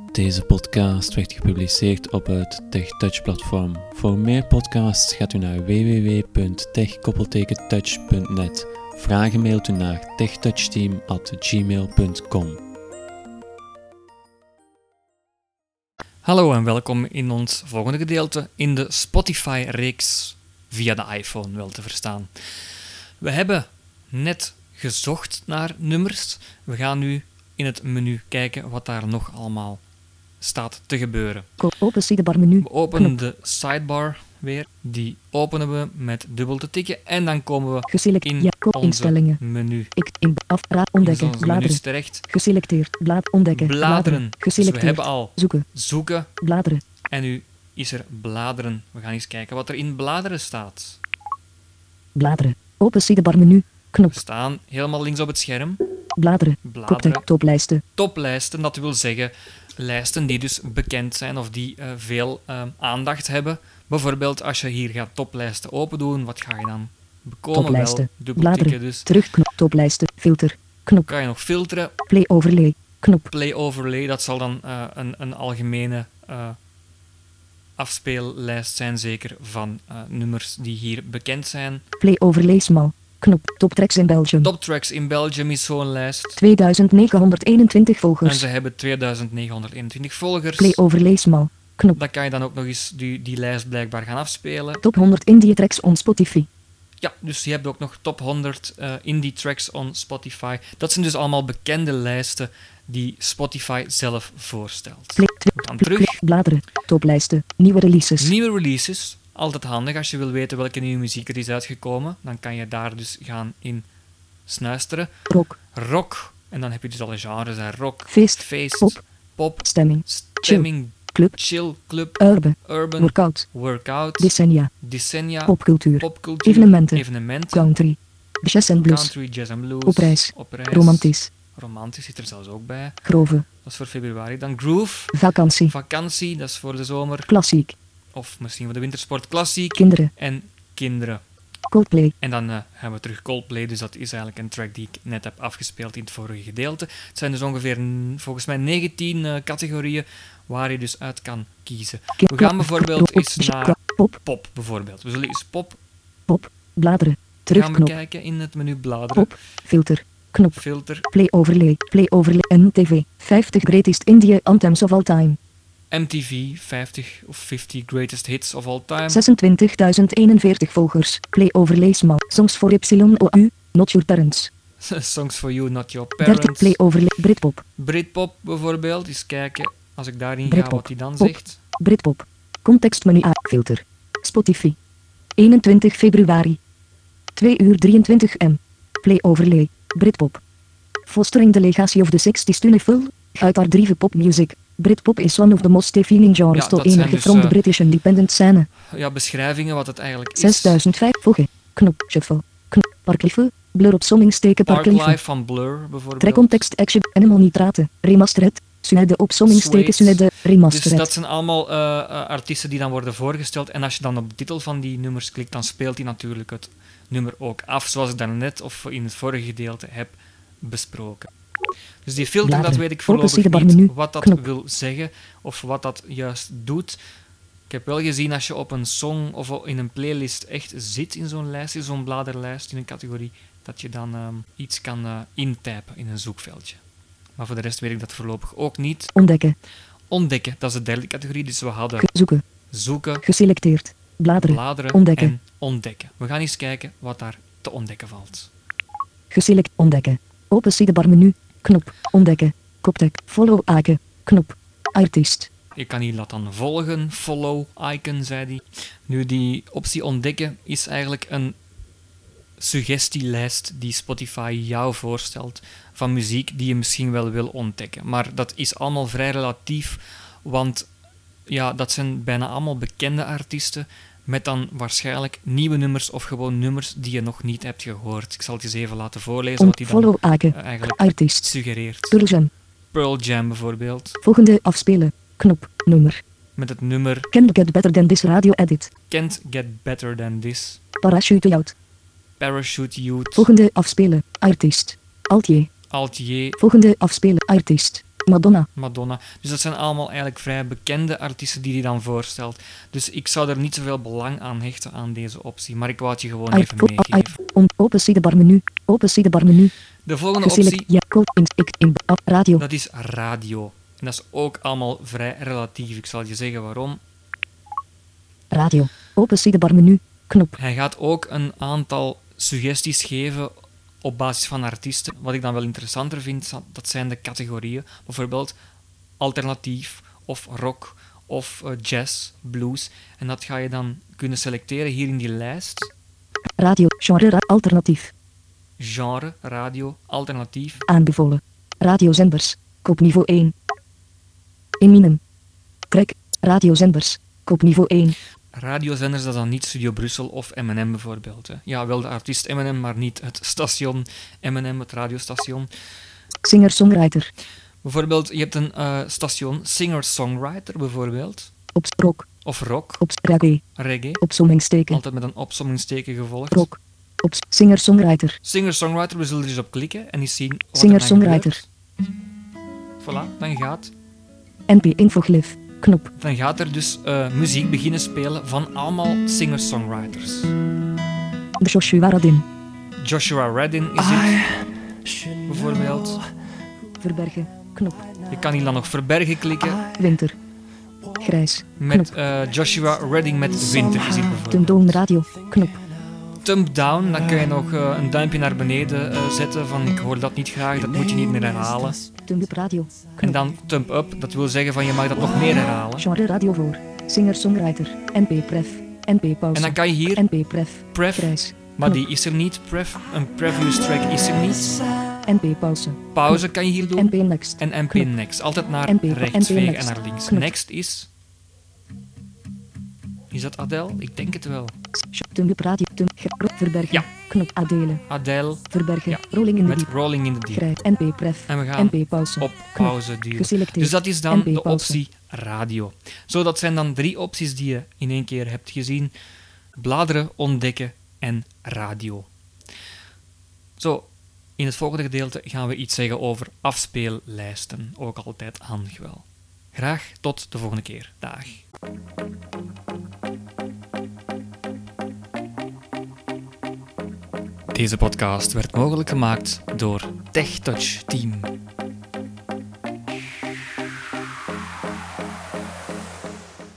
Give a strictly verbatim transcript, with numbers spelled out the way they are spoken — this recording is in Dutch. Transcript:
Deze podcast werd gepubliceerd op het TechTouch-platform. Voor meer podcasts gaat u naar w w w punt tech touch punt net. Vragen mailt u naar techtouchteam at gmail punt com. Hallo en welkom in ons volgende gedeelte in de Spotify-reeks via de iPhone wel te verstaan. We hebben net gezocht naar nummers. We gaan nu in het menu kijken wat daar nog allemaal staat te gebeuren. Open sidebar menu. We openen de sidebar weer. Die openen we met dubbel te tikken en dan komen we Geselect, in ja, onze instellingen. menu. Ik in af raad In ontdekken onze bladeren. menus terecht. Geselecteerd blad ontdekken Bladeren. Dus we Geselecteerd hebben al zoeken zoeken bladeren. en nu is er bladeren. We gaan eens kijken wat er in bladeren staat. Bladeren. Open sidebar menu. Knop. We staan helemaal links op het scherm. Bladeren. Bladeren. Koptek toplijsten. Toplijsten, dat wil zeggen lijsten die dus bekend zijn of die uh, veel uh, aandacht hebben. Bijvoorbeeld als je hier gaat toplijsten open doen, wat ga je dan bekomen? Toplijsten. Wel, dubbeltikken Bladeren. dus. Terugknop. Toplijsten. Filter. Knop. Kan je nog filteren. Play overlay. Knop. Play overlay, dat zal dan uh, een, een algemene uh, afspeellijst zijn, zeker van uh, nummers die hier bekend zijn. Play overlay small. Knop. Top tracks in Belgium. Top Tracks in Belgium is zo'n lijst. tweeduizend negenhonderdeenentwintig En volgers. ze hebben tweeduizend negenhonderdeenentwintig volgers. Play overlay small. Knop. Dan kan je dan ook nog eens die, die lijst blijkbaar gaan afspelen. Top honderd indie tracks on Spotify. Ja, dus je hebt ook nog top honderd uh, indie tracks on Spotify. Dat zijn dus allemaal bekende lijsten die Spotify zelf voorstelt. Play, We gaan terug. Bladeren. Toplijsten. Nieuwe releases. Nieuwe releases. Altijd handig als je wil weten welke nieuwe muziek er is uitgekomen. Dan kan je daar dus gaan in snuisteren. Rock. Rock. En dan heb je dus alle genres. Hè. Rock, Feest. feest, Pop. pop, Stemming. stemming, Club. chill, club, Urban. urban, Workout. workout, Decennia. decennia, Popcultuur. popcultuur, Evenementen. evenementen, Country. Jazz en blues. country, jazz en blues, Op reis. op reis, Romantisch. romantisch zit er zelfs ook bij. Grove. Dat is voor februari. Dan groove, Vakantie. vakantie, dat is voor de zomer. Klassiek. Of misschien voor de wintersport, klassiek Kinderen. en kinderen. Coldplay. En dan uh, hebben we terug Coldplay, dus dat is eigenlijk een track die ik net heb afgespeeld in het vorige gedeelte. Het zijn dus ongeveer, n- volgens mij, negentien uh, categorieën waar je dus uit kan kiezen. We gaan bijvoorbeeld eens naar Pop. pop, bijvoorbeeld. We zullen eens pop Pop. Bladeren. gaan Terugknop. bekijken in het menu bladeren. Pop. Filter. Knop. Filter, Play overlay. Play overlay. M T V. vijftig Greatest India Anthems of All Time. M T V, vijftig of vijftig Greatest Hits of All Time. zesentwintigduizend eenenveertig volgers. Play overlay small. Songs for Y O U. Not Your Parents. Songs for You, Not Your dertig Parents. Play overlay. Britpop. Britpop bijvoorbeeld, eens kijken als ik daarin ga Britpop. wat hij dan Pop. zegt. Britpop. Contextmenu A. Filter. Spotify. eenentwintig februari. twee uur drieëntwintig m. Play overlay. Britpop. Fostering the legacy of the sixties to full. Uit haar drive pop music. Britpop is one of the most defining genres Ja, to dat zijn enige dus, from the uh, British independent scene. Ja, beschrijvingen wat het eigenlijk is. zesduizend vijf volgen. Knop. Shuffle. Knop. Parklife. Blur op somming steken Parklife. Parklife van Blur bijvoorbeeld. Track context action. Animal nitraten. Remastered. Suede op somming steken. Suede. Suede. Dus Remastered. dat zijn allemaal uh, uh, artiesten die dan worden voorgesteld. En als je dan op de titel van die nummers klikt, dan speelt hij natuurlijk het nummer ook af, zoals ik daarnet of in het vorige gedeelte heb besproken. Dus die filter, dat Bladeren. weet ik Open voorlopig sidebar niet menu. wat dat Knop. wil zeggen of wat dat juist doet. Ik heb wel gezien als je op een song of in een playlist echt zit in zo'n lijst, in zo'n bladerlijst, in een categorie, dat je dan um, iets kan uh, intypen in een zoekveldje. Maar voor de rest weet ik dat voorlopig ook niet. Ontdekken. Ontdekken, dat is de derde categorie. Dus we hadden Ge- zoeken. zoeken, Geselecteerd. Bladeren. bladeren Ontdekken. en ontdekken. We gaan eens kijken wat daar te ontdekken valt. Geselect ontdekken. Open sidebar menu. Knop. Ontdekken. Koptek. Follow icon. Knop. Artiest. Je kan hier laten volgen, follow, icon, zei hij. Nu, die optie ontdekken is eigenlijk een suggestielijst die Spotify jou voorstelt van muziek die je misschien wel wil ontdekken. Maar dat is allemaal vrij relatief, want ja, dat zijn bijna allemaal bekende artiesten met dan waarschijnlijk nieuwe nummers of gewoon nummers die je nog niet hebt gehoord. Ik zal het eens even laten voorlezen wat hij dan Follow icon. uh, eigenlijk Artiest. suggereert. Pearl Jam. Pearl Jam bijvoorbeeld, Volgende afspelen. Knop. Nummer. met het nummer Can Get Better Than This Radio Edit. Can't Get Better Than This. Parachute Out. Parachute Youth. Volgende afspelen. Artiest. Alt J. Alt J. Volgende afspelen. Artiest. Madonna. Madonna. Dus dat zijn allemaal eigenlijk vrij bekende artiesten die hij dan voorstelt. Dus ik zou er niet zoveel belang aan hechten aan deze optie. Maar ik wou het je gewoon even iPhone. meegeven. iPhone. Open sidebar menu. Open sidebar menu. De volgende Geselect. optie, Ja. Code in. Ik in. App. Radio. dat is radio. En dat is ook allemaal vrij relatief. Ik zal je zeggen waarom. Radio. Open sidebar menu. Knop. Hij gaat ook een aantal suggesties geven op basis van artiesten. Wat ik dan wel interessanter vind, dat zijn de categorieën. Bijvoorbeeld alternatief of rock of uh, jazz, blues. En dat ga je dan kunnen selecteren hier in die lijst. Radio. Genre. Ra- alternatief. Genre, radio, alternatief. Aanbevolen. Radiozenders. Koopniveau één. Eminem. Crack. Radiozenders. Koopniveau één. Radiozenders, dat is dan niet Studio Brussel of M en M bijvoorbeeld. Hè. Ja, wel de artiest M en M, maar niet het station M en M, het radiostation. Singer-songwriter. Bijvoorbeeld, je hebt een uh, station singer-songwriter bijvoorbeeld. Op rock. Of rock, Op reggae. reggae. Opzommingsteken. Altijd met een opsommingsteken gevolgd. Rock. Op singer-songwriter. Singer-songwriter, we zullen er eens op klikken en eens zien wat er dan Singer-songwriter. gebeurt. Voilà, dan gaat, N P Infoglyph. Knop. dan gaat er dus uh, muziek beginnen spelen van allemaal singer-songwriters. De Joshua Radin. Joshua Radin is dit, bijvoorbeeld. Verbergen. Knop. Je kan hier dan nog verbergen klikken. Winter. Grijs. Met Knop. uh, Joshua Radin met Winter is dit bijvoorbeeld. Tumdown Radio. Knop. Thumb down, dan kun je nog uh, een duimpje naar beneden uh, zetten van ik hoor dat niet graag, dat moet je niet meer herhalen. Thumb up Radio. En dan thumb up, dat wil zeggen van je mag dat nog meer herhalen. Genre radio voor. Singer-songwriter. N P Pref. N P pauze. En dan kan je hier N P Pref. pref, Grijs. maar die is er niet. Pref, een previous track is er niet. N P pauze. Pauze kan je hier doen. N P next. En N P Knop. next. Altijd naar N P rechts N P vegen en next. naar links. Knop. Next is... Is dat Adele? Ik denk het wel. Thumb up Radio. Thumb. Ge- Verbergen. Ja. Knop. Adelen. Adele Verbergen. Ja. Rolling in the met deep. Rolling in the Deep. Grijs. N P Pref. En we gaan N P pauze. op Knop. pauze duwen. Geselecteerd. Dus dat is dan N P de pauze. optie radio. Zo, dat zijn dan drie opties die je in één keer hebt gezien. Bladeren, ontdekken en radio. Zo, in het volgende gedeelte gaan we iets zeggen over afspeellijsten. Ook altijd handig wel. Graag tot de volgende keer. Dag. Deze podcast werd mogelijk gemaakt door TechTouch Team.